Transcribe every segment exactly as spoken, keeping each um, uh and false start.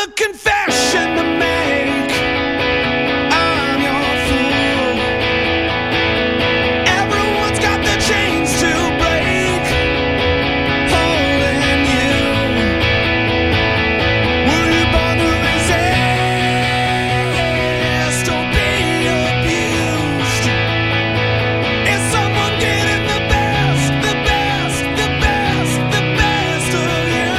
a confession to make. I'm your fool. Everyone's got the chains to break, holding you. Were you born to resist or be abused? Is someone getting the best, the best, the best, the best of you?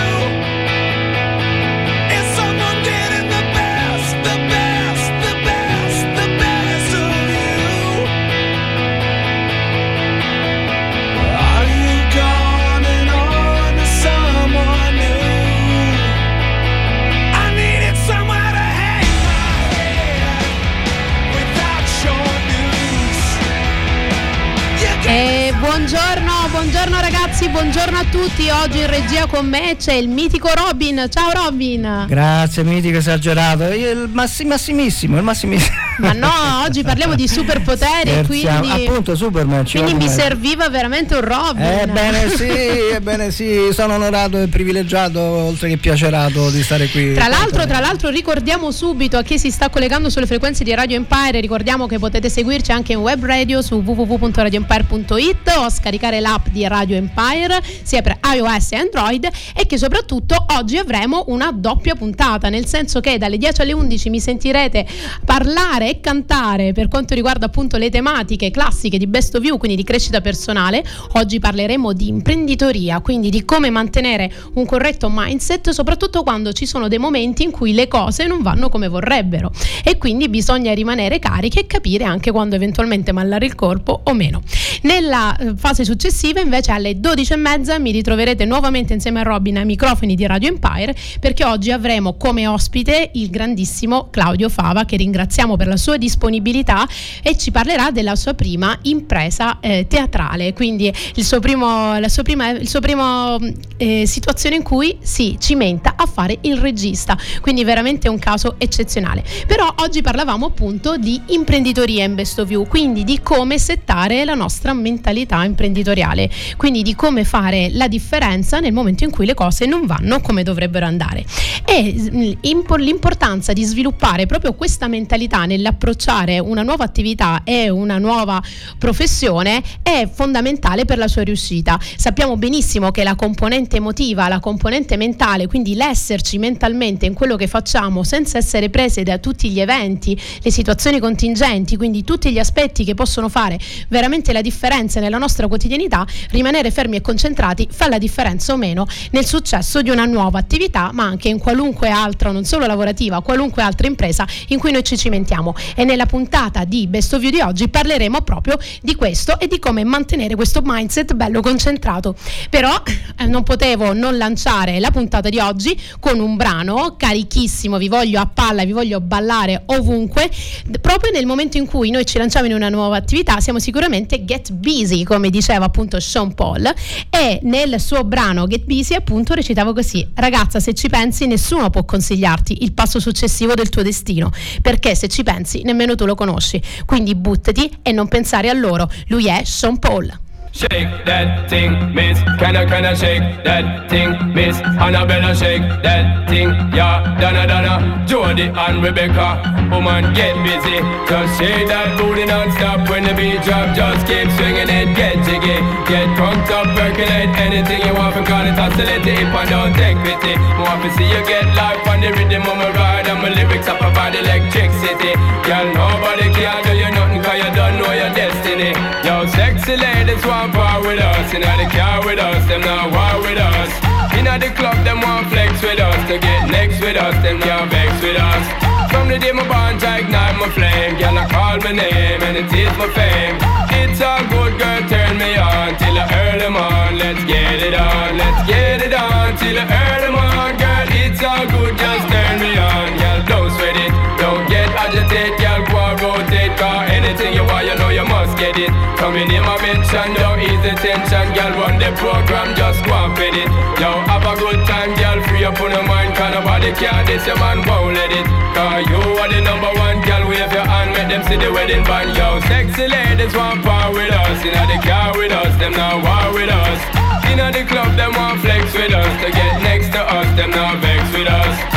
Is someone getting the best, the best, the best, the best of you? Are you going on to someone new? I needed somewhere to hang my head without your news. You E buongiorno, buongiorno ragazzi, buongiorno a tutti. Oggi in regia con me c'è il mitico Robin. Ciao Robin. Grazie, mitico esagerato. Io il massi- massimissimo, il massimissimo. Ma no, oggi parliamo di superpoteri, Scherziamo. quindi Appunto, Superman. ci quindi vuole mi mettere. serviva veramente un Robin. Ebbene sì, ebbene sì, sono onorato e privilegiato, oltre che piacerato, di stare qui. Tra l'altro, tra l'altro ricordiamo subito a chi si sta collegando sulle frequenze di Radio Empire, ricordiamo che potete seguirci anche in web radio su w w w punto radio empire punto i t o scaricare l'app di Radio Empire sia per iOS e Android, e che soprattutto oggi avremo una doppia puntata, nel senso che dalle dieci alle undici mi sentirete parlare e cantare per quanto riguarda appunto le tematiche classiche di Best of You, quindi di crescita personale. Oggi parleremo di imprenditoria, quindi di come mantenere un corretto mindset, soprattutto quando ci sono dei momenti in cui le cose non vanno come vorrebbero, e quindi bisogna rimanere carichi e capire anche quando eventualmente mallare il corpo o meno. Nella eh, fase successiva invece alle dodici e mezza mi ritroverete nuovamente insieme a Robin ai microfoni di Radio Empire, perché oggi avremo come ospite il grandissimo Claudio Fava, che ringraziamo per la sua disponibilità, e ci parlerà della sua prima impresa eh, teatrale, quindi il suo primo, la sua prima, il suo primo eh, situazione in cui si cimenta a fare il regista, quindi veramente un caso eccezionale. Però oggi parlavamo appunto di imprenditoria in Best of You, quindi di come settare la nostra mentalità imprenditoriale, quindi di come fare la differenza nel momento in cui le cose non vanno come dovrebbero andare, e l'importanza di sviluppare proprio questa mentalità nell'approcciare una nuova attività e una nuova professione è fondamentale per la sua riuscita. Sappiamo benissimo che la componente emotiva, la componente mentale, quindi l'esserci mentalmente in quello che facciamo senza essere prese da tutti gli eventi, le situazioni contingenti, quindi tutti gli aspetti che possono fare veramente la differenza nella nostra quotidianità, rimanere fermi e concentrati fa la differenza o meno nel successo di una nuova attività, ma anche in qualunque altra, non solo lavorativa, qualunque altra impresa in cui noi ci cimentiamo. E nella puntata di Best of You di oggi parleremo proprio di questo e di come mantenere questo mindset bello concentrato. Però eh, non potevo non lanciare la puntata di oggi con un brano carichissimo, vi voglio a palla, vi voglio ballare ovunque. Proprio nel momento in cui noi ci lanciamo in una nuova attività siamo sicuramente get busy, come diceva appunto Sean Paul, e nel suo brano Get Busy appunto recitavo così: ragazza, se ci pensi nessuno può consigliarti il passo successivo del tuo destino, perché se ci pensi nemmeno tu lo conosci, quindi buttati e non pensare a loro. Lui è Sean Paul. Shake that thing, miss. Can I, can I shake that thing, miss? Annabella, shake that thing, yeah. Donna, Donna, Jody and Rebecca. Woman, get busy. Just shake that booty non-stop when the beat drop. Just keep swinging it, get jiggy. Get drunk up, percolate anything you want. Call it oscillate if I don't take pity. Want to see you get life on the rhythm of my ride. And my lyrics up about electricity. Girl, nobody can do you nothing, cause you don't know your destiny. Yo, sexy ladies want war with us. Inna the car with us, them not war with us. Inna the club, them want flex with us. To get next with us, them can't vex with us. From the day my bond, I ignite my flame. Girl, I call my name and it is my fame. It's all good, girl, turn me on till I earn them on. Let's get it on, let's get it on till I earn them on. Girl, it's all good, just turn me on. Girl, don't sweat it, don't get agitated. Girl, go and rotate, cause anything you want, you know you must get it. Coming in my mention, don't ease the tension. Girl, run the program, just go and fit it. Yo, have a good time, girl, free up on your mind. Cause nobody can this, your man won't let it. Cause you are the number one, girl, wave your hand, make them see the wedding band. Yo, sexy ladies want power with us. Inna the car with us, them not war with us. Inna the club, them want flex with us. To get next to us, them not vex with us. From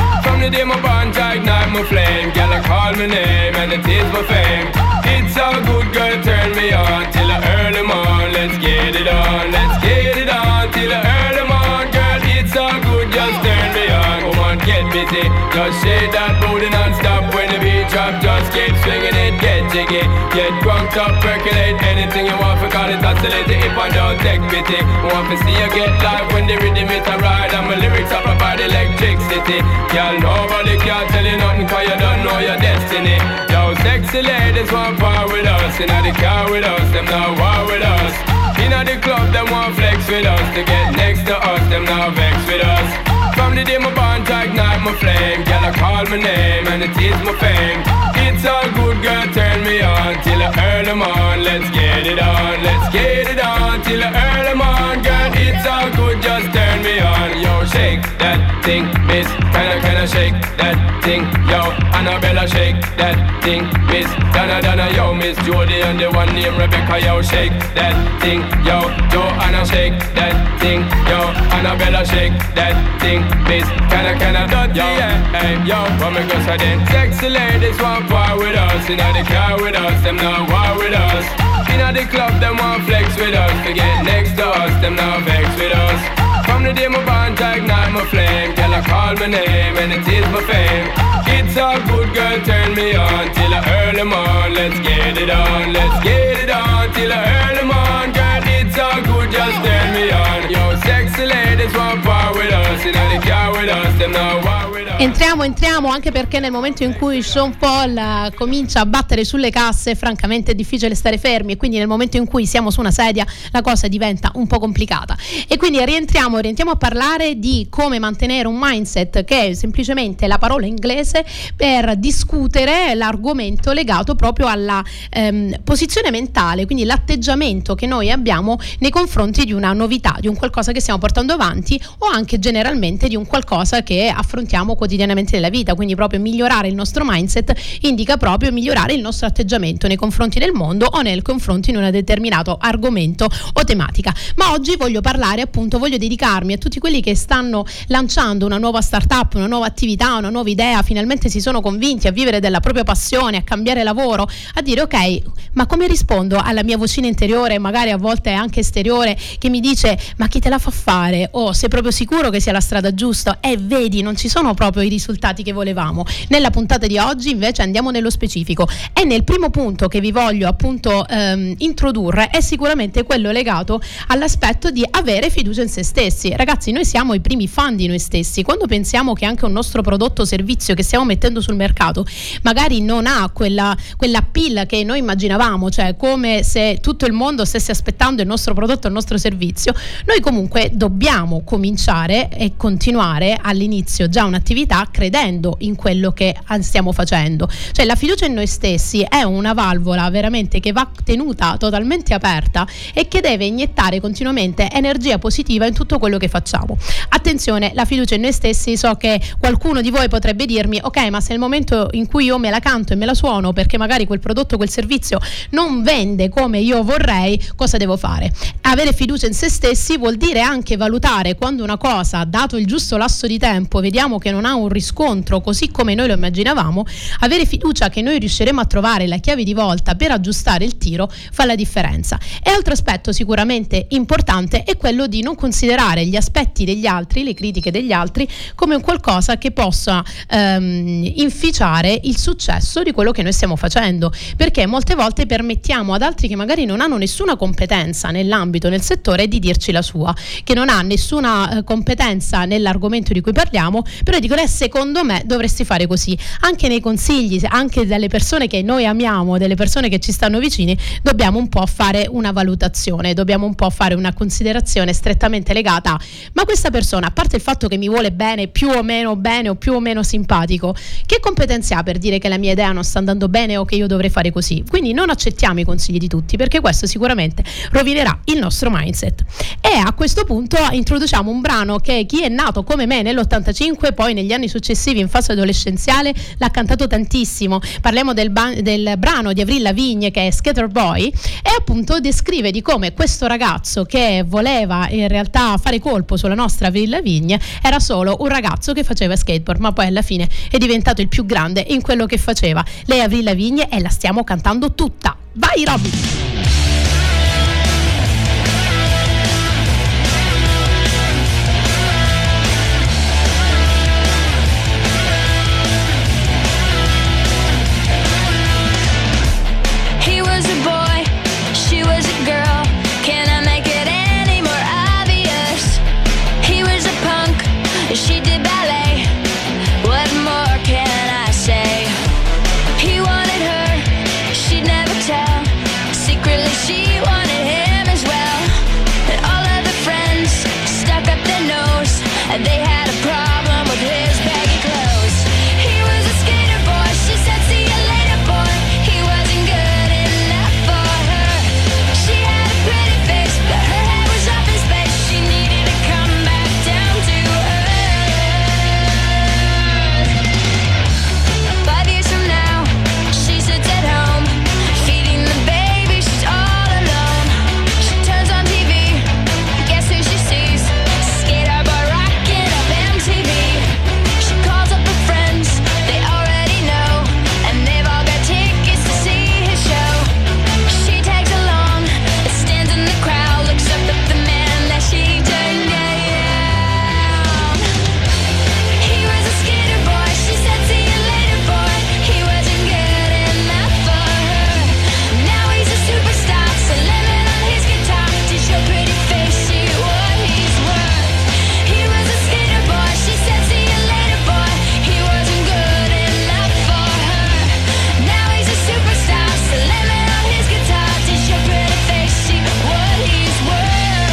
the day my bond to ignite my flame. Girl, I call my name and it is my fame. It's all good, girl, turn me on till the early morn. Let's get it on, let's get it on till the early morn. Girl, it's all good, just turn me on. Come on, get busy, just shake that booty non-stop. When the beat drop, just keep swinging it, get jiggy. Get drunk up, percolate anything you want, for call it oscillate it if I don't take pity. Want to see you get live when the rhythm it a ride. And my lyrics are about electricity. Y'all nobody can tell you nothing, cause you don't know your destiny. Yo, sexy ladies want power with us. Inna the car with us, them not war with us. Inna the club, them want flex with us. To get next to us, them not vex with us. From the day my bond to ignite my flame. Girl, I call my name and it is my fame. It's all good, girl, turn me on till the early morn. Let's get it on, let's get it on till the early morn. Girl, it's all good, just turn me on. Yo, shake that thing, miss. Kinda, kinda shake that thing. Yo, Annabella, shake that thing, miss. Donna, Donna, yo, Miss Jody and the one named Rebecca. Yo, shake that thing. Yo, Joanna, shake that thing. Yo, Annabella, shake that thing, miss. Kinda, kinda dirty, yeah. Hey, yo, what me go say then? Sexy ladies want power with us. Inna the car with us, them not war with us. Inna the club, them want flex with us. To get next to us, them not vex with us. From the day my bond to ignite my flame. Girl, I call my name and it is my fame. It's all good, girl, turn me on till the early morn. Let's get it on, let's get it on till the early morn. Girl, it's all good, just turn me on. Yo, sexy ladies want power with us. Inna the car with us, them not war with us. Entriamo, entriamo, anche perché nel momento in cui Sean Paul comincia a battere sulle casse, francamente è difficile stare fermi, e quindi nel momento in cui siamo su una sedia la cosa diventa un po' complicata. E quindi rientriamo, rientriamo a parlare di come mantenere un mindset, che è semplicemente la parola inglese per discutere l'argomento legato proprio alla ehm, posizione mentale, quindi l'atteggiamento che noi abbiamo nei confronti di una novità, di un qualcosa che stiamo portando avanti, o anche generalmente di un qualcosa che affrontiamo quotidianamente nella vita. Quindi proprio migliorare il nostro mindset indica proprio migliorare il nostro atteggiamento nei confronti del mondo o nei confronti di un determinato argomento o tematica. Ma oggi voglio parlare, appunto, voglio dedicarmi a tutti quelli che stanno lanciando una nuova startup, una nuova attività, una nuova idea, finalmente si sono convinti a vivere della propria passione, a cambiare lavoro, a dire ok, ma come rispondo alla mia vocina interiore, magari a volte anche esteriore, che mi dice ma chi te la fa fare, o sei proprio sicuro che sia la strada giusta, e vedi non ci sono proprio i risultati che volevamo. Nella puntata di oggi invece andiamo nello specifico, e nel primo punto che vi voglio appunto ehm, introdurre è sicuramente quello legato all'aspetto di avere fiducia in se stessi. Ragazzi, noi siamo i primi fan di noi stessi. Quando pensiamo che anche un nostro prodotto o servizio che stiamo mettendo sul mercato magari non ha quella, quella appeal che noi immaginavamo, cioè come se tutto il mondo stesse aspettando il nostro prodotto o il nostro servizio, noi comunque dobbiamo cominciare e continuare all'inizio già un'attività credendo in quello che stiamo facendo. Cioè la fiducia in noi stessi è una valvola veramente che va tenuta totalmente aperta e che deve iniettare continuamente energia positiva in tutto quello che facciamo. Attenzione, la fiducia in noi stessi, so che qualcuno di voi potrebbe dirmi ok, ma se nel momento in cui io me la canto e me la suono perché magari quel prodotto, quel servizio non vende come io vorrei, cosa devo fare? Avere fiducia in se stessi vuol dire anche valutare quando una cosa, dato il giusto lasso di tempo, vediamo che non ha un riscontro così come noi lo immaginavamo, avere fiducia che noi riusciremo a trovare la chiave di volta per aggiustare il tiro fa la differenza. E altro aspetto sicuramente importante è quello di non considerare gli aspetti degli altri, le critiche degli altri, come un qualcosa che possa ehm, inficiare il successo di quello che noi stiamo facendo, perché molte volte permettiamo ad altri che magari non hanno nessuna competenza nell'ambito, nel settore, di dirci la sua, che non ha nessuna eh, competenza nell'argomento di cui parliamo, però dicono eh, secondo me dovresti fare così. Anche nei consigli, anche dalle persone che noi amiamo, delle persone che ci stanno vicini, dobbiamo un po' fare una valutazione, dobbiamo un po' fare una considerazione strettamente legata a ma questa persona, a parte il fatto che mi vuole bene, più o meno bene o più o meno simpatico, che competenze ha per dire che la mia idea non sta andando bene o che io dovrei fare così? Quindi non accettiamo i consigli di tutti, perché questo sicuramente rovinerà il nostro mindset. E a questo punto introduciamo un brano che chi è nato come me nell'ottantacinque poi negli negli anni successivi in fase adolescenziale l'ha cantato tantissimo. Parliamo del, ban- del brano di Avril Lavigne che è Skater Boy, e appunto descrive di come questo ragazzo che voleva in realtà fare colpo sulla nostra Avril Lavigne era solo un ragazzo che faceva skateboard, ma poi alla fine è diventato il più grande in quello che faceva. Lei è Avril Lavigne e la stiamo cantando tutta. Vai Robby! She did ballet. What more can I say? He wanted her, she'd never tell. Secretly she wanted him as well. And all of the friends stuck up their nose, and they had a problem with his baggy clothes. He was a skater boy, she said see you later boy. He wasn't good enough for her. She had a pretty face, but her head was up in space. She needed to come back down to earth. Five years from now, she sits at home, feeding the baby, she's all alone. She turns on T V, guess who she sees? Skater boy rocking up M T V. She calls up her friends, they already know, and they've all got tickets to see his show. She tags along, stands in the crowd, looks up at the man that she turned down. He was a skater boy, she said see you later boy. He wasn't good enough for her. Now he's a superstar, slamming on his guitar. Teach your pretty face, see what he's worth. He was a skater boy, she said see you later boy. He wasn't good enough for her. Now he's a superstar, slamming on his guitar. Teach your pretty face, see what he's worth.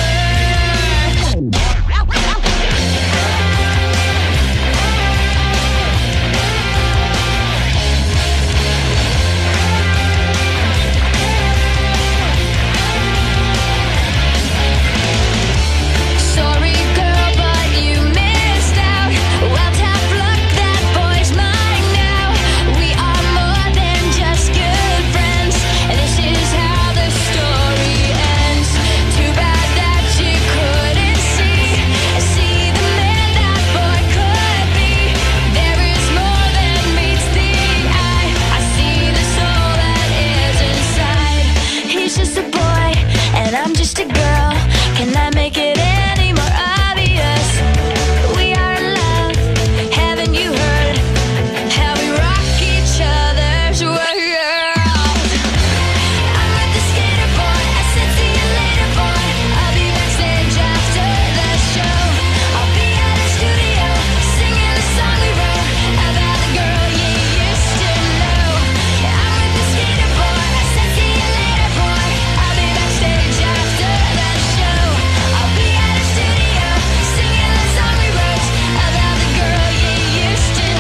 Sorry girl, but you missed out. Well, tough luck, that boy's mine now. We are more than just good friends, and this is how the story ends. Too bad that you couldn't see, see the man that boy could be. There is more than meets the eye. I see the soul that is inside. He's just a boy, and I'm just a girl. Can I make it any more obvious? We are in love, haven't you heard how we rock each other's world? I'm with the skater boy, I said see you later boy. I'll be backstage after the show. I'll be at the studio, singing the song we wrote about the girl you used to know. I'm with the skater boy, I said see you later boy. I'll be backstage after the show. I'll be at the studio, singing the song we wrote about the girl you used to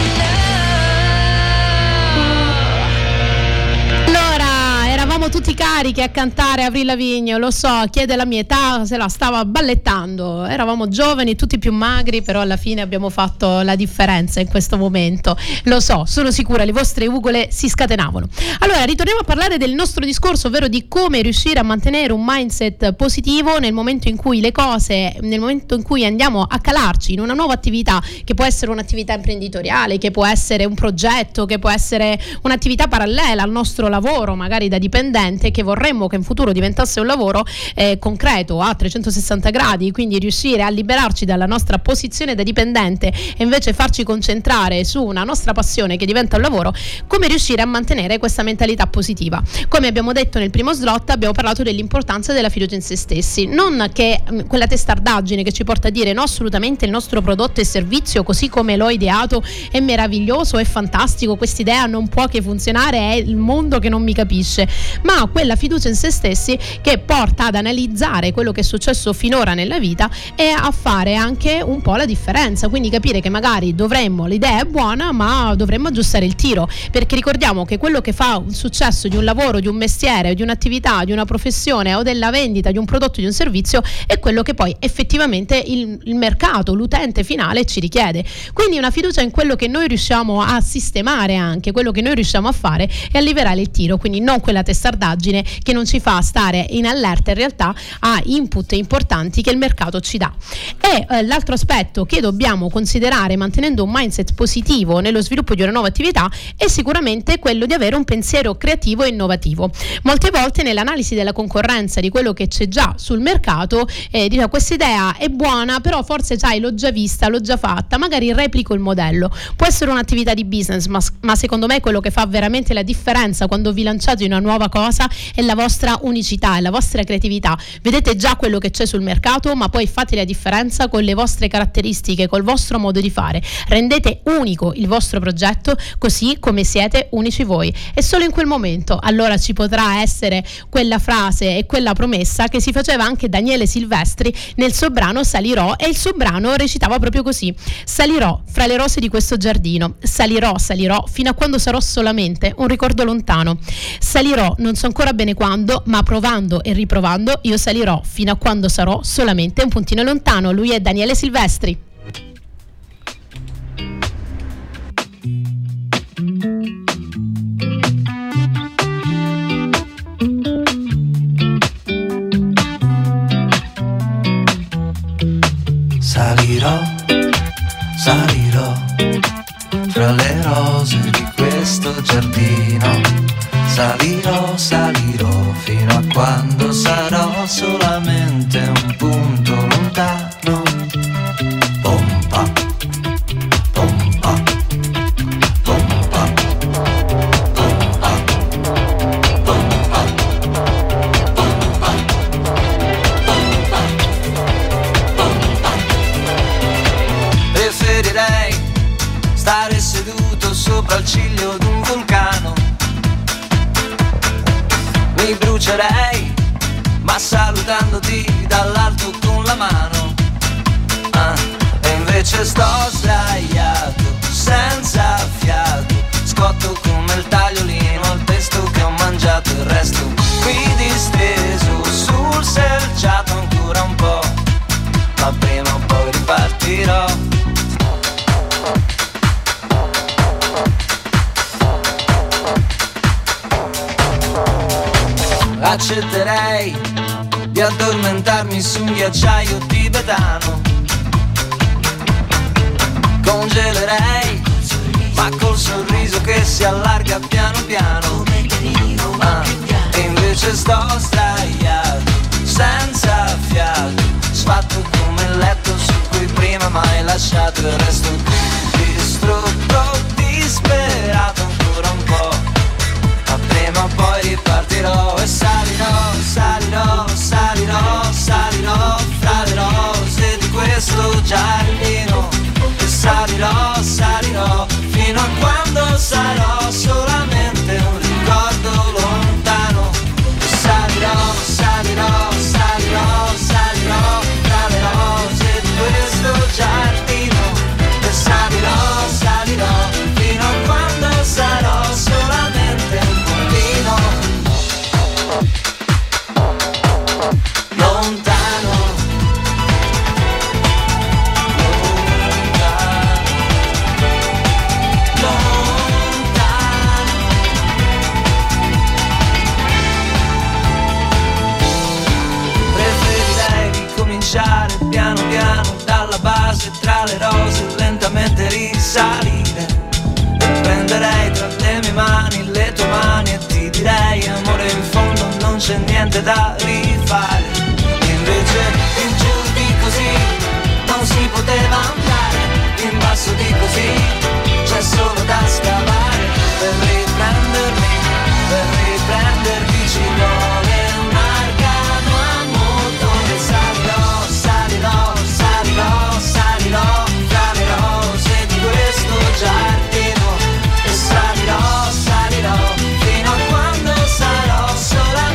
know. Allora, eravamo tutti carichi a cantare Avril Lavigne, lo so, chiede la mia età, se la stava ballettando. Eravamo giovani, tutti più magri, però alla fine abbiamo fatto la differenza in questo momento. Lo so, sono sicura, le vostre ugole si scatenavano. Allora, ritorniamo a parlare del nostro discorso, ovvero di come riuscire a mantenere un mindset positivo nel momento in cui le cose, nel momento in cui andiamo a calarci in una nuova attività, che può essere un'attività imprenditoriale, che può essere un progetto, che può essere un'attività parallela al nostro lavoro, magari da dipendente, che vorremmo che in futuro diventasse un lavoro eh, concreto a trecentosessanta gradi, quindi riuscire a liberarci dalla nostra posizione da dipendente e invece farci concentrare su una nostra passione che diventa un lavoro. Come riuscire a mantenere questa mentalità positiva? Come abbiamo detto nel primo slot, abbiamo parlato dell'importanza della fiducia in se stessi, non che mh, quella testardaggine che ci porta a dire no, assolutamente il nostro prodotto e servizio così come l'ho ideato è meraviglioso, è fantastico, quest'idea non può che funzionare, è il mondo che non mi capisce, ma quella fiducia in se stessi che porta ad analizzare quello che è successo finora nella vita e a fare anche un po' la differenza, quindi capire che magari dovremmo, l'idea è buona ma dovremmo aggiustare il tiro, perché ricordiamo che quello che fa un successo di un lavoro, di un mestiere, di un'attività, di una professione o della vendita di un prodotto, di un servizio è quello che poi effettivamente il, il mercato, l'utente finale ci richiede. Quindi una fiducia in quello che noi riusciamo a sistemare, anche quello che noi riusciamo a fare e a liberare il tiro, quindi non quella testardaggine che non ci fa stare in allerta in realtà a input importanti che il mercato ci dà. E eh, l'altro aspetto che dobbiamo considerare mantenendo un mindset positivo nello sviluppo di una nuova attività è sicuramente quello di avere un pensiero creativo e innovativo. Molte volte nell'analisi della concorrenza, di quello che c'è già sul mercato, eh, diciamo questa idea è buona, però forse sai, l'ho già vista, l'ho già fatta, magari replico il modello. Può essere un'attività di business, ma, ma secondo me quello che fa veramente la differenza quando vi lanciate in una nuova cosa è la vostra unicità, è la vostra creatività. Vedete già quello che c'è sul mercato, ma poi fate la differenza con le vostre caratteristiche, col vostro modo di fare. Rendete unico il vostro progetto, così come siete unici voi, e solo in quel momento allora ci potrà essere quella frase e quella promessa che si faceva anche Daniele Silvestri nel suo brano Salirò, e il suo brano recitava proprio così: salirò fra le rose di questo giardino, salirò, salirò fino a quando sarò solamente un ricordo lontano, salirò non so ancora bene quando, ma provando e riprovando io salirò fino a quando sarò solamente un puntino lontano. Lui è Daniele Silvestri. Salirò, salirò fra le rose di questo giardino, salirò, salirò fino a quando sarò solamente un punto lontano. Pompa, pompa, pompa, pompa, pompa, pompa, pompa. Preferirei stare seduto sopra il ciglio d'un vulcano. Mi brucerei, ma salutandoti dall'alto con la mano. Ah, e invece sto sdraiato, senza fiato, scotto come il tagliolino al pesto che ho mangiato. Il resto qui disteso sul selciato ancora un po', ma prima o poi ripartirò. Accetterei di addormentarmi su un ghiacciaio tibetano. Congelerei, ma col sorriso che si allarga piano piano. Ah, e invece sto sdraiato, senza fiato, sfatto come il letto su cui prima m'hai lasciato. Il resto qui distrutto, disperato ancora un po', ma prima o poi ripartirò. E salirò, salirò, salirò, salirò fra le rose di questo giardino. E salirò, salirò fino a quando sarò solamente un ricordo lontano. E salirò, salirò, salirò, salirò fra le rose di questo giardino. E salirò, salirò fino a quando sarò solamente un puntino lontano. Piano piano dalla base tra le rose, lentamente risalire, e prenderei tra le mie mani le tue mani e ti direi: amore, in fondo non c'è niente da rifare. E invece in giù di così non si poteva andare, in basso di così c'è solo da scavare. Per riprendermi, per riprenderti ci vuole un arcano a motore. Salirò, salirò, salirò, salirò fra le rose di questo giardino. E salirò, salirò fino a quando sarò sola.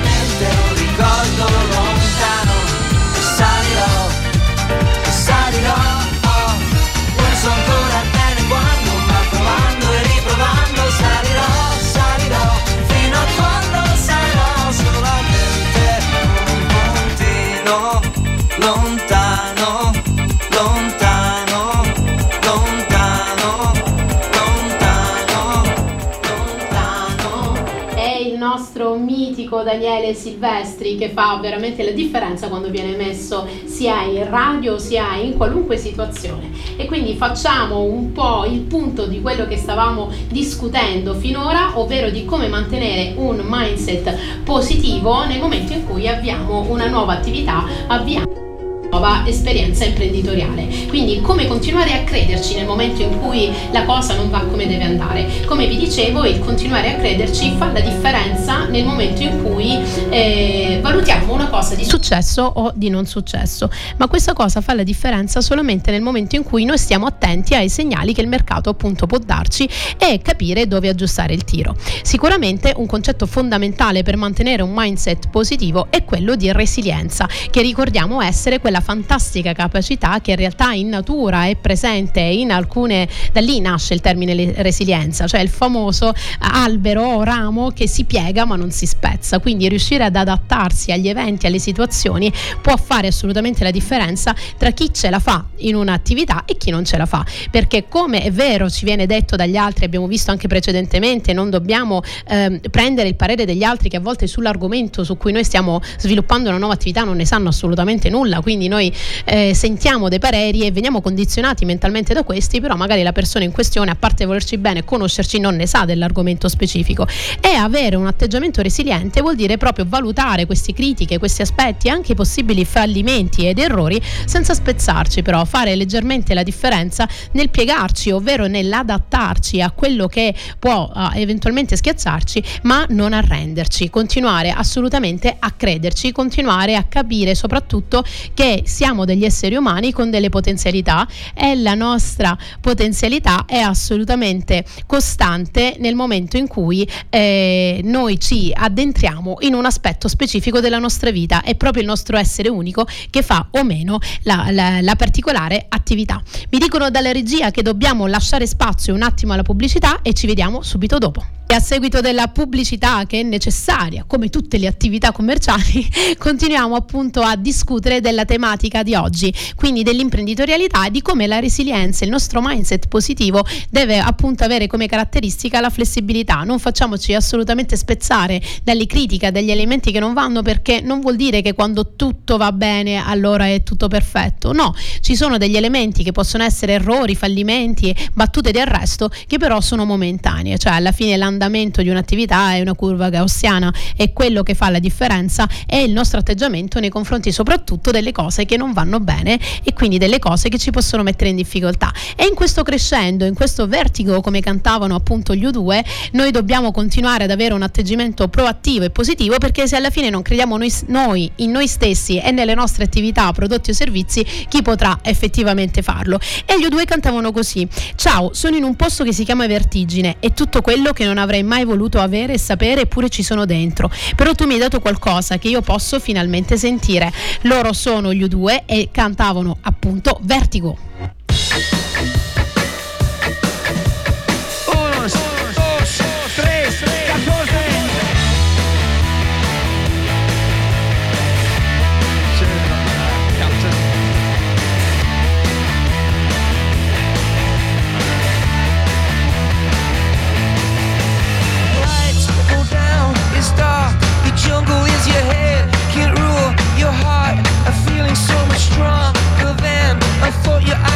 amico Daniele Silvestri, che fa veramente la differenza quando viene messo sia in radio sia in qualunque situazione. E quindi facciamo un po' il punto di quello che stavamo discutendo finora, ovvero di come mantenere un mindset positivo nel momento in cui avviamo una nuova attività, avviamo nuova esperienza imprenditoriale. Quindi come continuare a crederci nel momento in cui la cosa non va come deve andare. Come vi dicevo, il continuare a crederci fa la differenza nel momento in cui eh, valutiamo una cosa di successo o di non successo, ma questa cosa fa la differenza solamente nel momento in cui noi stiamo attenti ai segnali che il mercato appunto può darci e capire dove aggiustare il tiro. Sicuramente un concetto fondamentale per mantenere un mindset positivo è quello di resilienza, che ricordiamo essere quella fantastica capacità che in realtà in natura è presente in alcune, da lì nasce il termine resilienza, cioè il famoso albero o ramo che si piega ma non si spezza. Quindi riuscire ad adattarsi agli eventi, alle situazioni può fare assolutamente la differenza tra chi ce la fa in un'attività e chi non ce la fa, perché come è vero ci viene detto dagli altri, abbiamo visto anche precedentemente, non dobbiamo eh, prendere il parere degli altri che a volte sull'argomento su cui noi stiamo sviluppando una nuova attività non ne sanno assolutamente nulla, quindi noi eh, sentiamo dei pareri e veniamo condizionati mentalmente da questi, però magari la persona in questione, a parte volerci bene e conoscerci, non ne sa dell'argomento specifico. E avere un atteggiamento resiliente vuol dire proprio valutare queste critiche, questi aspetti, anche i possibili fallimenti ed errori, senza spezzarci, però fare leggermente la differenza nel piegarci, ovvero nell'adattarci a quello che può uh, eventualmente schiacciarci, ma non arrenderci, continuare assolutamente a crederci, continuare a capire soprattutto che siamo degli esseri umani con delle potenzialità e la nostra potenzialità è assolutamente costante nel momento in cui eh, noi ci addentriamo in un aspetto specifico della nostra vita. È proprio il nostro essere unico che fa o meno la, la, la particolare attività. Mi dicono dalla regia che dobbiamo lasciare spazio un attimo alla pubblicità e ci vediamo subito dopo. E a seguito della pubblicità, che è necessaria come tutte le attività commerciali, continuiamo appunto a discutere della tematica di oggi, quindi dell'imprenditorialità e di come la resilienza, il nostro mindset positivo deve appunto avere come caratteristica la flessibilità. Non facciamoci assolutamente spezzare dalle critiche, dagli elementi che non vanno, perché non vuol dire che quando tutto va bene allora è tutto perfetto. No, ci sono degli elementi che possono essere errori, fallimenti, battute di arresto, che però sono momentanee, cioè alla fine l'andamento di un'attività è una curva gaussiana e quello che fa la differenza è il nostro atteggiamento nei confronti soprattutto delle cose che non vanno bene e quindi delle cose che ci possono mettere in difficoltà. E in questo crescendo, in questo vertigo, come cantavano appunto gli U due, noi dobbiamo continuare ad avere un atteggiamento proattivo e positivo, perché se alla fine non crediamo noi, noi in noi stessi e nelle nostre attività, prodotti o servizi, chi potrà effettivamente farlo? E gli U due cantavano così: ciao, sono in un posto che si chiama vertigine e tutto quello che non avrei mai voluto avere e sapere, eppure ci sono dentro, però tu mi hai dato qualcosa che io posso finalmente sentire. Loro sono gli U due e cantavano appunto Vertigo. Jungle is your head, can't rule your heart. A feeling so much stronger than I thought your eyes.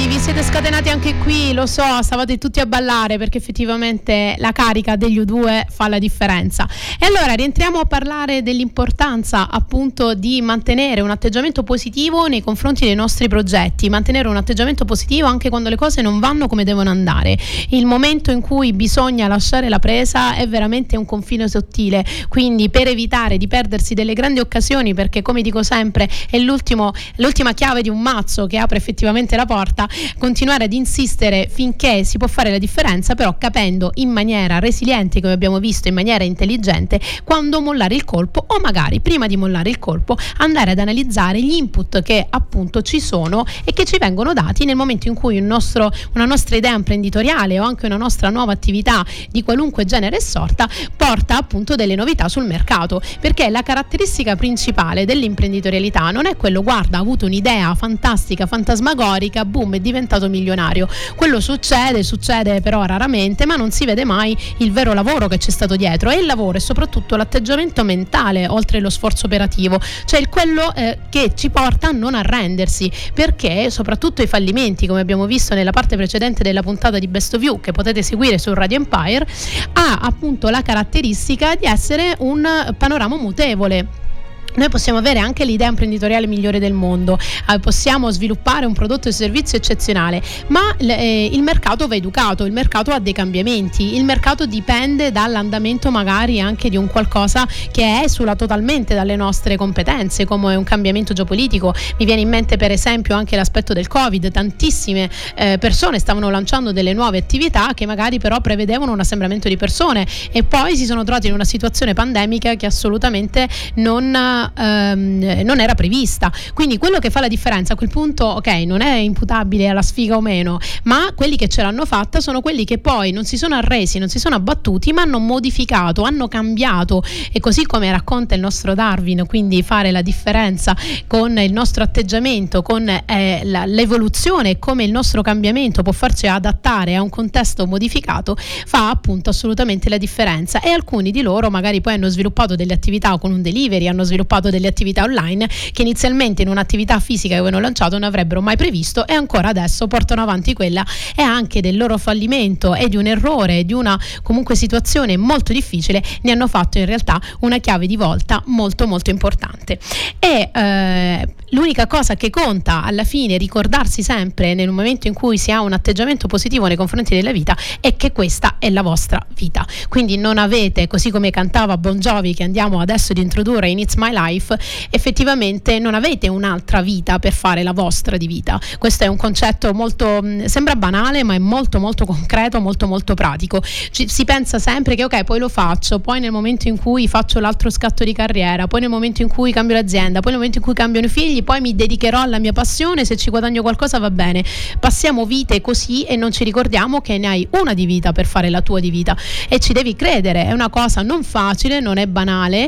vi siete scatenati anche qui, lo so, stavate tutti a ballare perché effettivamente la carica degli U due fa la differenza. E allora rientriamo a parlare dell'importanza appunto di mantenere un atteggiamento positivo nei confronti dei nostri progetti, mantenere un atteggiamento positivo anche quando le cose non vanno come devono andare. Il momento in cui bisogna lasciare la presa è veramente un confine sottile, quindi per evitare di perdersi delle grandi occasioni, perché come dico sempre è l'ultimo, l'ultima chiave di un mazzo che apre effettivamente la porta, continuare ad insistere finché si può fare la differenza, però capendo in maniera resiliente, come abbiamo visto, in maniera intelligente, quando mollare il colpo, o magari prima di mollare il colpo andare ad analizzare gli input che appunto ci sono e che ci vengono dati nel momento in cui un nostro, una nostra idea imprenditoriale o anche una nostra nuova attività di qualunque genere è sorta, porta appunto delle novità sul mercato, perché la caratteristica principale dell'imprenditorialità non è quello, guarda, ha avuto un'idea fantastica, fantasmagorica, boom, è diventato milionario. Quello succede, succede però raramente, ma non si vede mai il vero lavoro che c'è stato dietro, e il lavoro è soprattutto l'atteggiamento mentale oltre lo sforzo operativo, cioè il quello eh, che ci porta a non arrendersi, perché soprattutto i fallimenti, come abbiamo visto nella parte precedente della puntata di Best of You che potete seguire su Radio Empire, ha appunto la caratteristica di essere un panorama mutevole. Noi possiamo avere anche l'idea imprenditoriale migliore del mondo, eh, possiamo sviluppare un prodotto e servizio eccezionale, ma eh, il mercato va educato, il mercato ha dei cambiamenti, il mercato dipende dall'andamento magari anche di un qualcosa che esula totalmente dalle nostre competenze, come un cambiamento geopolitico. Mi viene in mente per esempio anche l'aspetto del Covid, tantissime eh, persone stavano lanciando delle nuove attività che magari però prevedevano un assembramento di persone e poi si sono trovati in una situazione pandemica che assolutamente non Ehm, non era prevista. Quindi quello che fa la differenza a quel punto, ok, non è imputabile alla sfiga o meno, ma quelli che ce l'hanno fatta sono quelli che poi non si sono arresi, non si sono abbattuti, ma hanno modificato, hanno cambiato. E così come racconta il nostro Darwin, quindi fare la differenza con il nostro atteggiamento, con eh, la, l'evoluzione, come il nostro cambiamento può farci adattare a un contesto modificato, fa appunto assolutamente la differenza. E alcuni di loro magari poi hanno sviluppato delle attività con un delivery, hanno sviluppato delle attività online che inizialmente in un'attività fisica che avevano lanciato non avrebbero mai previsto, e ancora adesso portano avanti quella, e anche del loro fallimento e di un errore, di una comunque situazione molto difficile, ne hanno fatto in realtà una chiave di volta molto molto importante. E eh, l'unica cosa che conta alla fine, ricordarsi sempre nel momento in cui si ha un atteggiamento positivo nei confronti della vita, è che questa è la vostra vita. Quindi non avete, così come cantava Bon Jovi che andiamo adesso ad introdurre in It's My Life, effettivamente non avete un'altra vita per fare la vostra di vita. Questo è un concetto molto, sembra banale, ma è molto molto concreto, molto molto pratico. Ci, si pensa sempre che ok, poi lo faccio, poi nel momento in cui faccio l'altro scatto di carriera, poi nel momento in cui cambio l'azienda, poi nel momento in cui cambiano i figli, poi mi dedicherò alla mia passione, se ci guadagno qualcosa va bene. Passiamo vite così e non ci ricordiamo che ne hai una di vita per fare la tua di vita, e ci devi credere. È una cosa non facile, non è banale,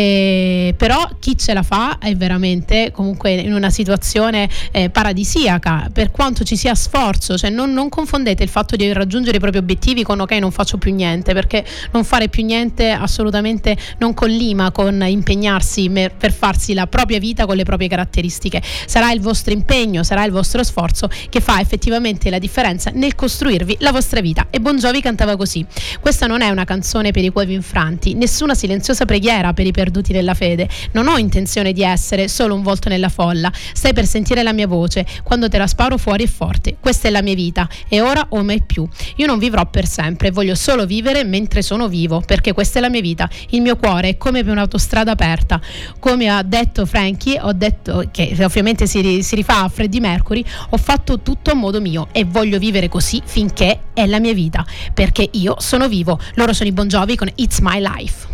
eh, però chi ce la fa è veramente comunque in una situazione eh, paradisiaca, per quanto ci sia sforzo. Cioè non, non confondete il fatto di raggiungere i propri obiettivi con ok, non faccio più niente, perché non fare più niente assolutamente non collima con impegnarsi mer- per farsi la propria vita con le proprie caratteristiche. Sarà il vostro impegno, sarà il vostro sforzo che fa effettivamente la differenza nel costruirvi la vostra vita. E Bon Jovi cantava così: questa non è una canzone per i cuovi infranti, nessuna silenziosa preghiera per i perduti nella fede. Non ho intenzione di essere solo un volto nella folla. Stai per sentire la mia voce quando te la sparo fuori e forte. Questa è la mia vita, e ora o mai più. Io non vivrò per sempre, voglio solo vivere mentre sono vivo, perché questa è la mia vita. Il mio cuore è come per un'autostrada aperta. Come ha detto Frankie, ho detto, che ovviamente si, si rifà a Freddie Mercury, ho fatto tutto a modo mio e voglio vivere così finché è la mia vita, perché io sono vivo. Loro sono i Bon Jovi con It's My Life.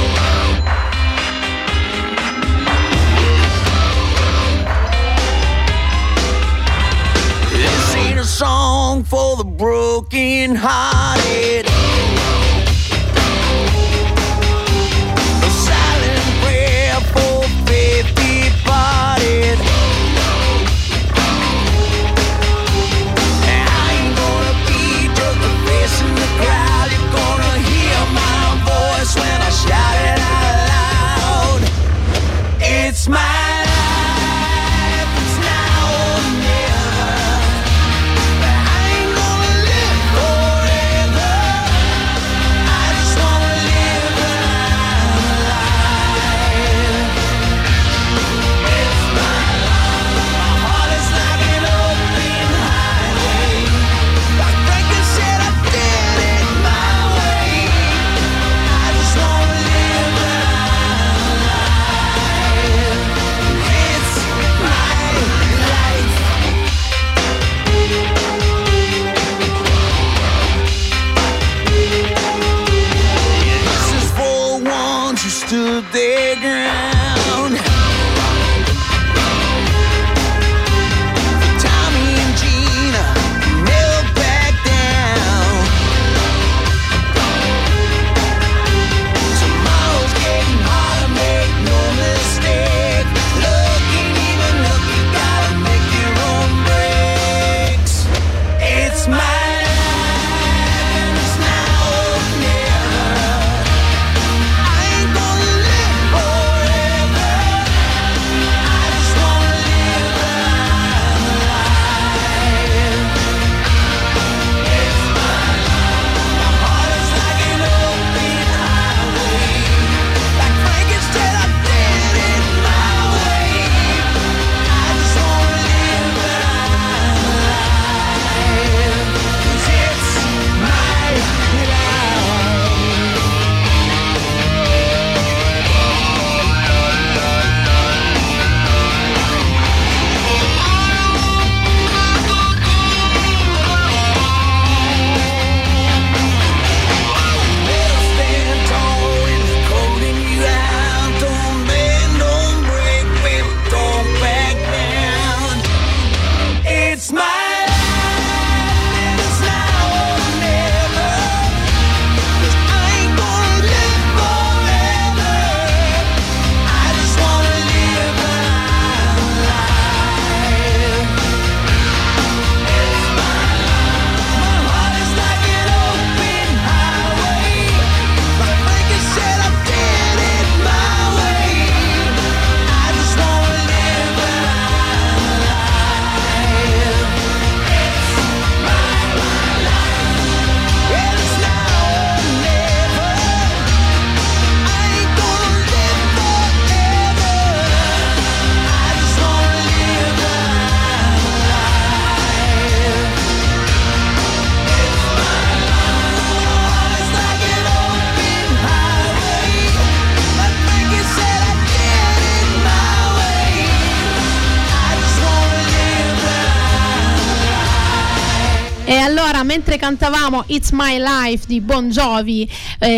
Song for the broken hearted, a silent prayer for faith departed. I ain't gonna be just a face in the crowd. You're gonna hear my voice when I shout it out loud. It's my life, it's now or never. E allora, mentre cantavamo It's My Life di Bon Jovi,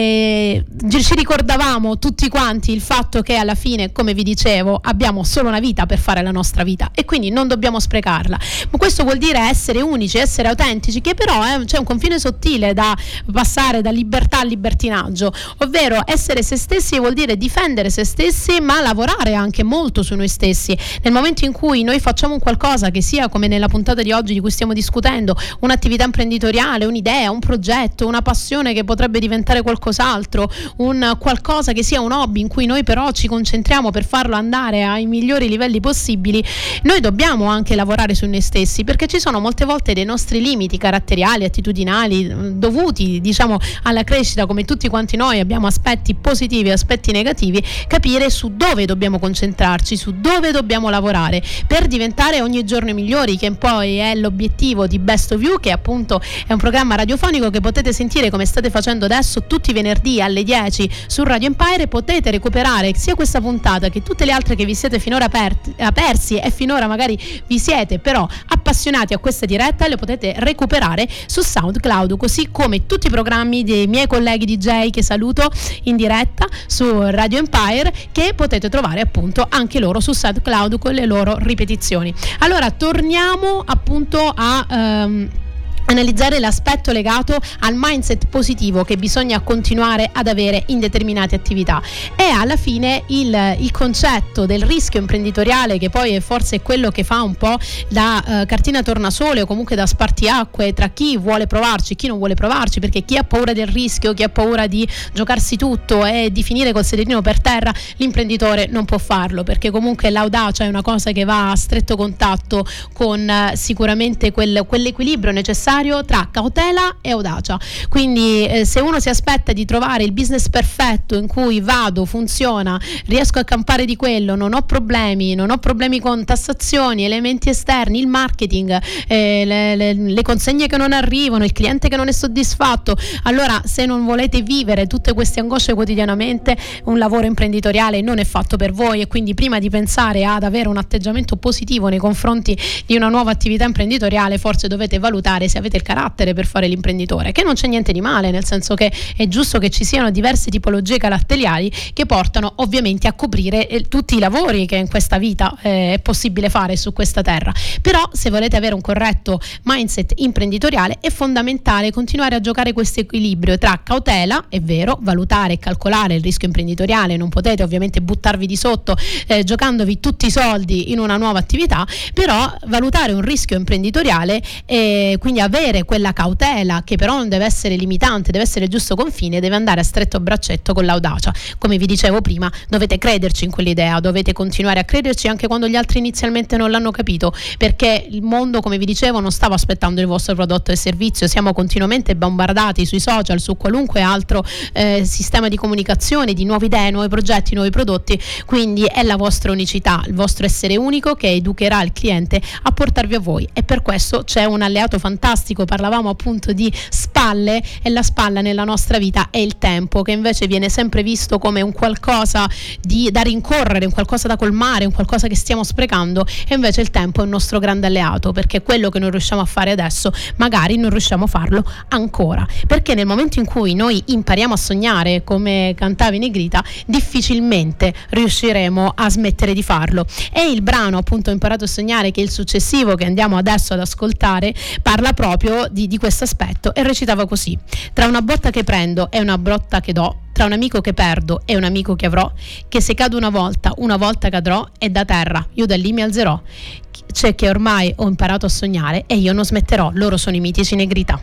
eh, ci ricordavamo tutti quanti il fatto che alla fine, come vi dicevo, abbiamo solo una vita per fare la nostra vita e quindi non dobbiamo sprecarla. Ma questo vuol dire essere unici, essere autentici, che però eh, c'è un confine sottile da passare da libertà al libertinaggio, ovvero essere se stessi vuol dire difendere se stessi, ma lavorare anche molto su noi stessi. Nel momento in cui noi facciamo un qualcosa che sia, come nella puntata di oggi di cui stiamo discutendo, un'attività imprenditoriale, un'idea, un progetto, una passione che potrebbe diventare qualcos'altro, un qualcosa che sia un hobby in cui noi però ci concentriamo per farlo andare ai migliori livelli possibili, noi dobbiamo anche lavorare su noi stessi, perché ci sono molte volte dei nostri limiti caratteriali, attitudinali, dovuti diciamo alla crescita. Come tutti quanti noi abbiamo aspetti positivi e aspetti negativi, capire su dove dobbiamo concentrarci, su dove dobbiamo lavorare per diventare ogni giorno migliori, che poi è l'obiettivo di Best of You, che appunto è un programma radiofonico che potete sentire come state facendo adesso tutti i venerdì alle dieci su Radio Empire, e potete recuperare sia questa puntata che tutte le altre che vi siete finora aperti, apersi e finora magari vi siete però appassionati a questa diretta, e le potete recuperare su SoundCloud, così come tutti i programmi dei miei colleghi D J che saluto in diretta su Radio Empire, che potete trovare appunto anche loro su SoundCloud con le loro ripetizioni. Allora torniamo appunto a um, analizzare l'aspetto legato al mindset positivo che bisogna continuare ad avere in determinate attività, e alla fine il, il concetto del rischio imprenditoriale, che poi è forse quello che fa un po' da uh, cartina tornasole o comunque da spartiacque tra chi vuole provarci e chi non vuole provarci, perché chi ha paura del rischio, chi ha paura di giocarsi tutto e di finire col sedilino per terra, l'imprenditore non può farlo, perché comunque l'audacia è una cosa che va a stretto contatto con uh, sicuramente quel, quell'equilibrio necessario tra cautela e audacia. Quindi eh, se uno si aspetta di trovare il business perfetto in cui vado, funziona, riesco a campare di quello, non ho problemi, non ho problemi con tassazioni, elementi esterni, il marketing, eh, le, le, le consegne che non arrivano, il cliente che non è soddisfatto, allora se non volete vivere tutte queste angosce quotidianamente, un lavoro imprenditoriale non è fatto per voi. E quindi prima di pensare ad avere un atteggiamento positivo nei confronti di una nuova attività imprenditoriale, forse dovete valutare se avete il carattere per fare l'imprenditore, che non c'è niente di male, nel senso che è giusto che ci siano diverse tipologie caratteriali che portano ovviamente a coprire eh, tutti i lavori che in questa vita eh, è possibile fare su questa terra. Però se volete avere un corretto mindset imprenditoriale è fondamentale continuare a giocare questo equilibrio tra cautela, è vero, valutare e calcolare il rischio imprenditoriale, non potete ovviamente buttarvi di sotto eh, giocandovi tutti i soldi in una nuova attività, però valutare un rischio imprenditoriale e quindi avere quella cautela, che però non deve essere limitante, deve essere giusto confine, deve andare a stretto braccetto con l'audacia. Come vi dicevo prima, dovete crederci in quell'idea, dovete continuare a crederci anche quando gli altri inizialmente non l'hanno capito, perché il mondo, come vi dicevo, non stava aspettando il vostro prodotto e servizio. Siamo continuamente bombardati sui social, su qualunque altro eh, sistema di comunicazione, di nuove idee, nuovi progetti, nuovi prodotti. Quindi è la vostra unicità, il vostro essere unico che educherà il cliente a portarvi a voi, e per questo c'è un alleato fantastico. Parlavamo appunto di spalle, e la spalla nella nostra vita è il tempo, che invece viene sempre visto come un qualcosa di, da rincorrere, un qualcosa da colmare, un qualcosa che stiamo sprecando, e invece il tempo è un nostro grande alleato, perché quello che non riusciamo a fare adesso magari non riusciamo a farlo ancora, perché nel momento in cui noi impariamo a sognare, come cantava Negrita, difficilmente riusciremo a smettere di farlo. E il brano appunto Ho imparato a sognare, che è il successivo che andiamo adesso ad ascoltare, parla proprio di, di questo aspetto, e recitava così: tra una botta che prendo e una botta che do, tra un amico che perdo e un amico che avrò, che se cado una volta, una volta cadrò, e da terra io da lì mi alzerò. C'è che ormai ho imparato a sognare e io non smetterò. Loro sono i mitici Negrita.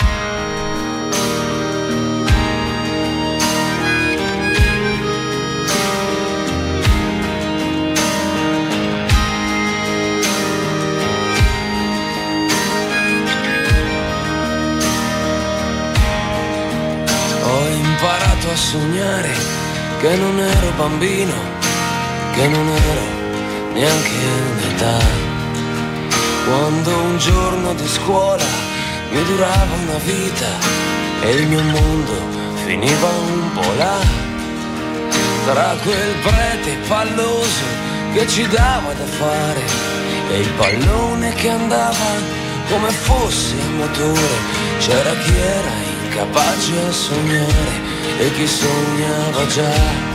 Ho imparato a sognare che non ero bambino, che non ero neanche in età, quando un giorno di scuola mi durava una vita e il mio mondo finiva un po' là, tra quel prete palloso che ci dava da fare e il pallone che andava come fosse il motore. C'era chi era incapace a sognare e chi sognava già.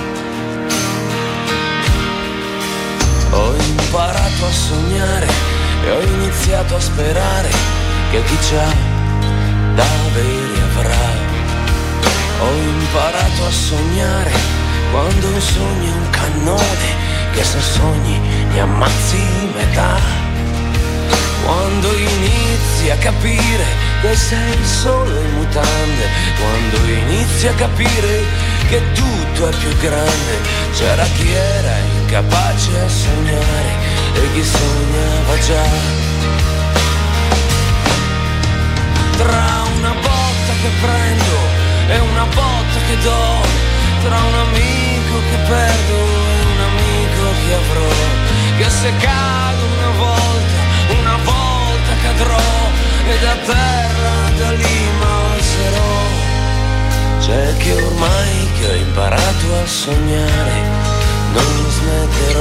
Ho imparato a sognare e ho iniziato a sperare che chi c'ha da avere avrà. Ho imparato a sognare quando un sogno è un cannone che se sogni ne ammazzi metà. Quando inizi a capire che sei solo in mutande, quando inizi a capire che tutto è più grande. C'era chi era incapace a sognare e chi sognava già. Tra una botta che prendo e una botta che do, tra un amico che perdo e un amico che avrò, che se cado una volta, una volta cadrò e da terra da lì m'alzerò. C'è che ormai che ho imparato a sognare non smetterò.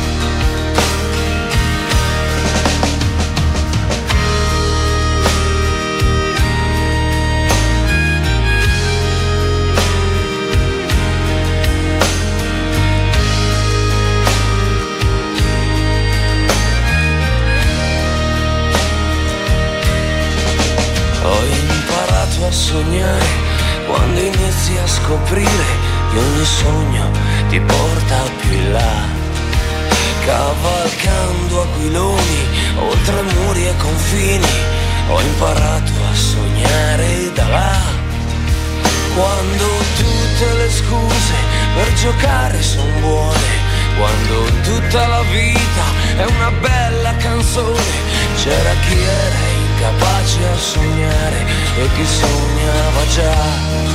Ho imparato a sognare quando inizi a scoprire che ogni sogno ti porta più in là, cavalcando aquiloni oltre muri e confini. Ho imparato a sognare da là, quando tutte le scuse per giocare son buone, quando tutta la vita è una bella canzone. C'era chi era incapace a sognare e chi sognava già.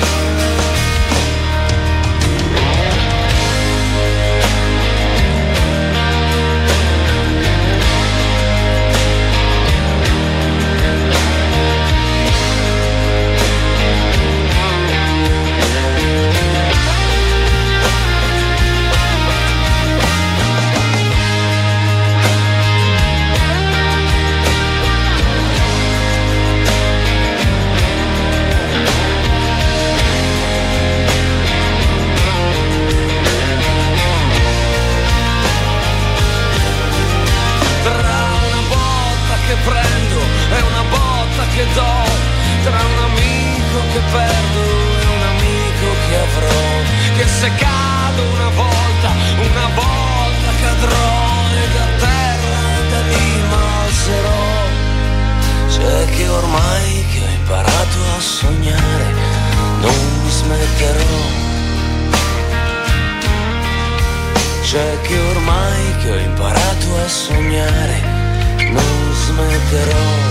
Che do, tra un amico che perdo e un amico che avrò, che se cado una volta, una volta cadrò e da terra da lì m'alzerò. C'è che ormai che ho imparato a sognare non smetterò. C'è che ormai che ho imparato a sognare non smetterò.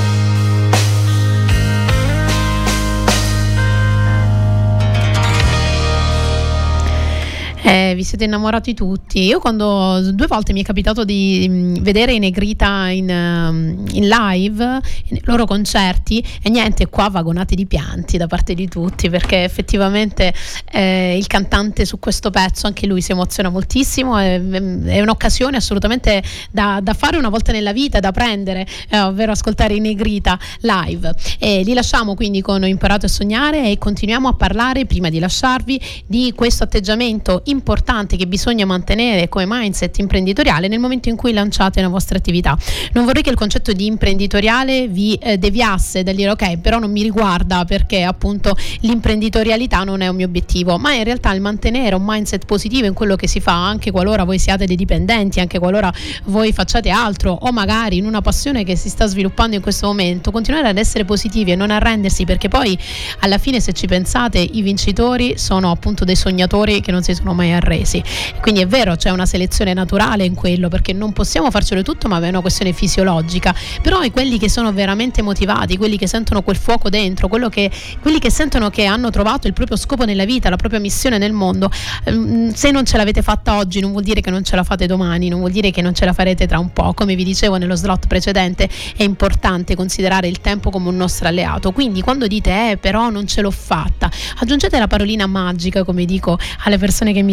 Eh, vi siete innamorati tutti. Io quando due volte mi è capitato di mh, vedere i Negrita in, um, in live, nei loro concerti, e niente, qua vagonati di pianti da parte di tutti, perché effettivamente eh, il cantante su questo pezzo, anche lui si emoziona moltissimo. È, è un'occasione assolutamente da, da fare una volta nella vita, da prendere, eh, ovvero ascoltare i Negrita live. E li lasciamo quindi con Ho imparato a sognare e continuiamo a parlare, prima di lasciarvi, di questo atteggiamento importante che bisogna mantenere come mindset imprenditoriale nel momento in cui lanciate una vostra attività. Non vorrei che il concetto di imprenditoriale vi eh, deviasse dal dire ok, però non mi riguarda perché appunto l'imprenditorialità non è un mio obiettivo, ma in realtà il mantenere un mindset positivo in quello che si fa, anche qualora voi siate dei dipendenti, anche qualora voi facciate altro o magari in una passione che si sta sviluppando in questo momento, continuare ad essere positivi e non arrendersi, perché poi alla fine, se ci pensate, i vincitori sono appunto dei sognatori che non si sono mai arresi. Quindi è vero, c'è una selezione naturale in quello, perché non possiamo farcelo tutto, ma è una questione fisiologica. Però è quelli che sono veramente motivati, quelli che sentono quel fuoco dentro, quello che, quelli che sentono che hanno trovato il proprio scopo nella vita, la propria missione nel mondo. Se non ce l'avete fatta oggi non vuol dire che non ce la fate domani, non vuol dire che non ce la farete tra un po'. Come vi dicevo nello slot precedente, è importante considerare il tempo come un nostro alleato. Quindi quando dite eh però non ce l'ho fatta, aggiungete la parolina magica, come dico alle persone che mi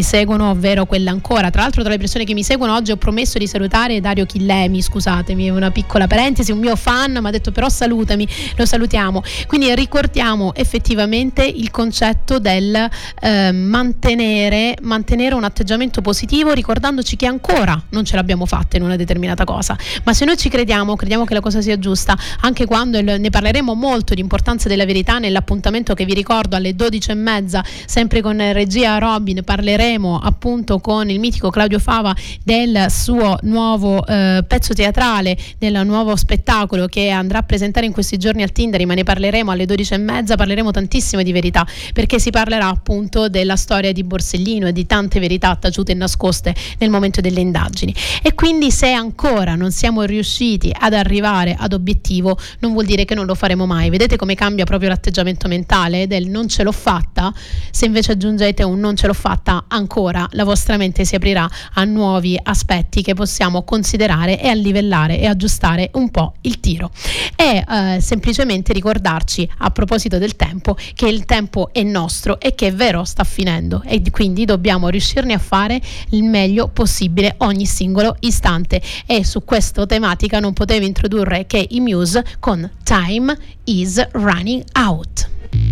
seguono, ovvero quella ancora. Tra l'altro, tra le persone che mi seguono oggi ho promesso di salutare Dario Chillemi, scusatemi, una piccola parentesi, un mio fan mi ha detto però salutami, lo salutiamo. Quindi ricordiamo effettivamente il concetto del eh, mantenere, mantenere un atteggiamento positivo, ricordandoci che ancora non ce l'abbiamo fatta in una determinata cosa, ma se noi ci crediamo, crediamo che la cosa sia giusta, anche quando il, ne parleremo molto di importanza della verità nell'appuntamento che vi ricordo alle dodici e mezza, sempre con regia Robin, parleremo appunto con il mitico Claudio Fava del suo nuovo eh, pezzo teatrale, del nuovo spettacolo che andrà a presentare in questi giorni al Tindari, ma ne parleremo alle dodici e mezza, parleremo tantissimo di verità, perché si parlerà appunto della storia di Borsellino e di tante verità taciute e nascoste nel momento delle indagini. E quindi se ancora non siamo riusciti ad arrivare ad obiettivo, non vuol dire che non lo faremo mai. Vedete come cambia proprio l'atteggiamento mentale del non ce l'ho fatta? Se invece aggiungete un non ce l'ho fatta ancora, la vostra mente si aprirà a nuovi aspetti che possiamo considerare e a livellare e aggiustare un po' il tiro. E eh, semplicemente ricordarci, a proposito del tempo, che il tempo è nostro e che è vero sta finendo, e quindi dobbiamo riuscirne a fare il meglio possibile ogni singolo istante. E su questa tematica non potevo introdurre che i Muse con Time is Running Out.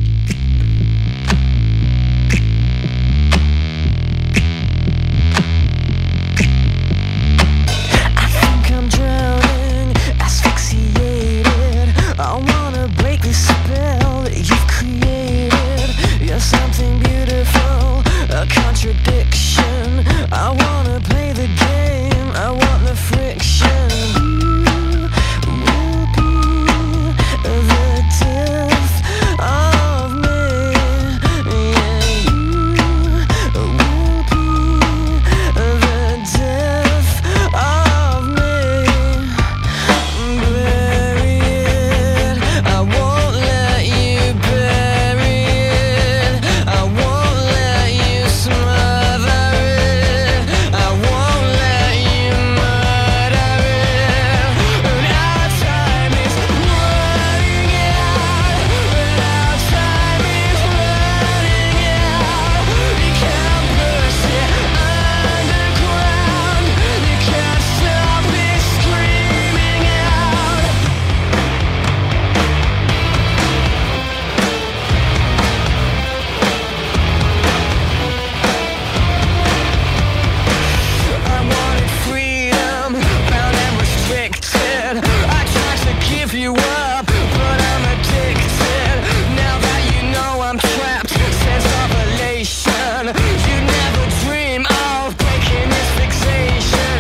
I wanna break the spell that you've created. You're something beautiful, a contradiction. I wanna play the game, I want the friction. You will be the death of me. Yeah, you will be the death of me. Bury it, I won't let you bury it. I won't let you smother it. I won't let you murder it. And our time is running out. And our time is running out. You can't push it underground. You can't stop it screaming out. I wanted freedom, bound and restricted. I tried to give you up, but I'm addicted. Now that you know I'm trapped, sense of elation. You never dream of breaking this fixation.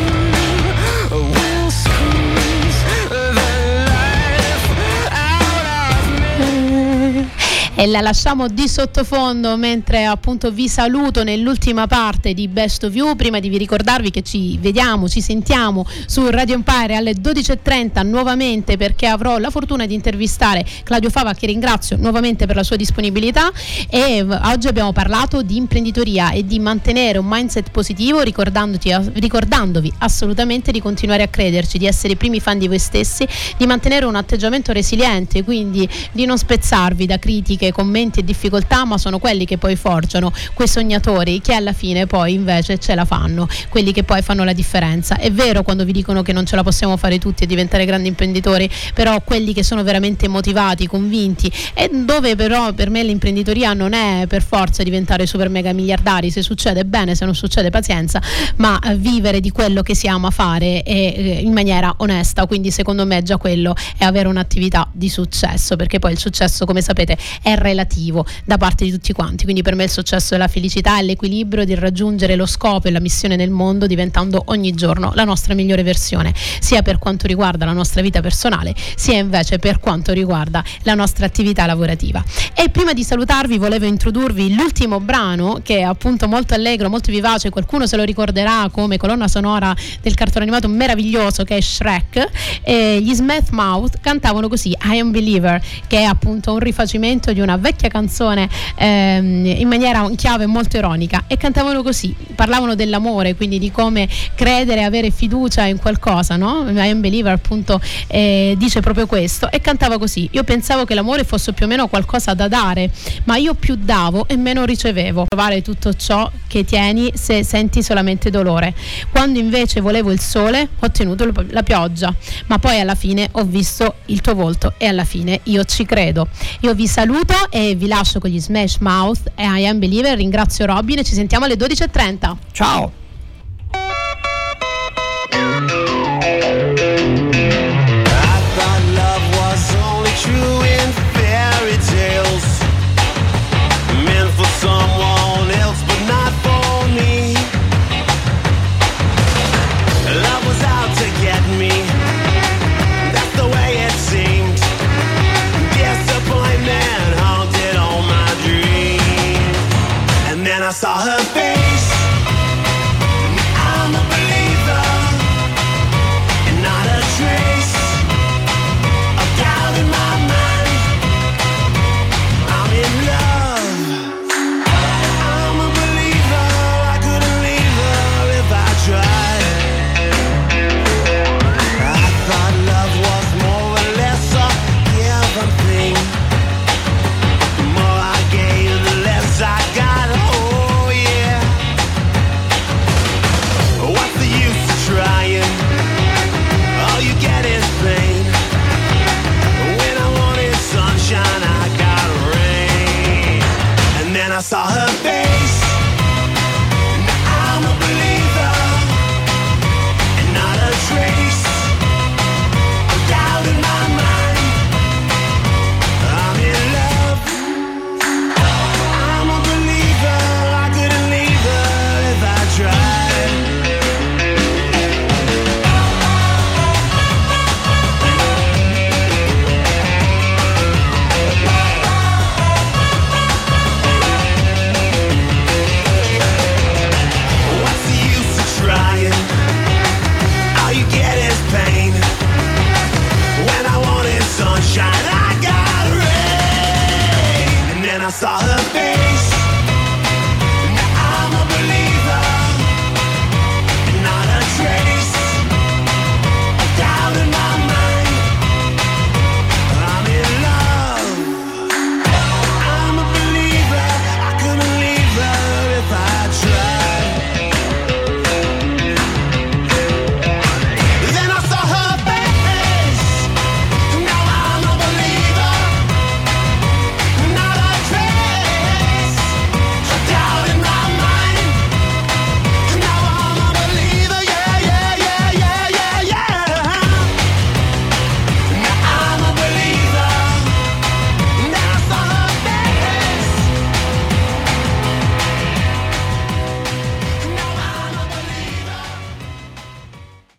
You will squeeze the life out of me. E la lasciamo di sottofondo mentre appunto vi saluto nell'ultima parte di Best of You, prima di vi ricordarvi che ci vediamo, ci sentiamo su Radio Empire alle dodici e trenta nuovamente, perché avrò la fortuna di intervistare Claudio Fava, che ringrazio nuovamente per la sua disponibilità. E oggi abbiamo parlato di imprenditoria e di mantenere un mindset positivo, ricordandoti, ricordandovi assolutamente di continuare a crederci, di essere i primi fan di voi stessi, di mantenere un atteggiamento resiliente, quindi di non spezzarvi da critiche, commenti e difficoltà, ma sono quelli che poi forgiano quei sognatori che alla fine poi invece ce la fanno, quelli che poi fanno la differenza. È vero quando vi dicono che non ce la possiamo fare tutti e diventare grandi imprenditori, però quelli che sono veramente motivati, convinti, e dove però per me l'imprenditoria non è per forza diventare super mega miliardari, se succede bene, se non succede pazienza, ma vivere di quello che si ama fare e in maniera onesta. Quindi secondo me già quello è avere un'attività di successo, perché poi il successo, come sapete, è relativo da parte di tutti quanti. Quindi per me il successo è la felicità e l'equilibrio di raggiungere lo scopo e la missione nel mondo, diventando ogni giorno la nostra migliore versione, sia per quanto riguarda la nostra vita personale, sia invece per quanto riguarda la nostra attività lavorativa. E prima di salutarvi volevo introdurvi l'ultimo brano, che è appunto molto allegro, molto vivace. Qualcuno se lo ricorderà come colonna sonora del cartone animato meraviglioso che è Shrek. E gli Smith Mouth cantavano così I Am Believer, che è appunto un rifacimento di una vecchia canzone ehm, in maniera in chiave molto ironica, e cantavano così, parlavano dell'amore, quindi di come credere, avere fiducia in qualcosa, no? I Am Believer appunto eh, dice proprio questo, e cantava così: io pensavo che l'amore fosse più o meno qualcosa da dare, ma io più davo e meno ricevevo. Trovare tutto ciò che tieni se senti solamente dolore. Quando invece volevo il sole, ho ottenuto la pioggia, ma poi alla fine ho visto il tuo volto e alla fine io ci credo. Io vi saluto e vi lascio con gli Smash Mouth e I Am Believer. Ringrazio Robin e ci sentiamo alle dodici e trenta. Ciao.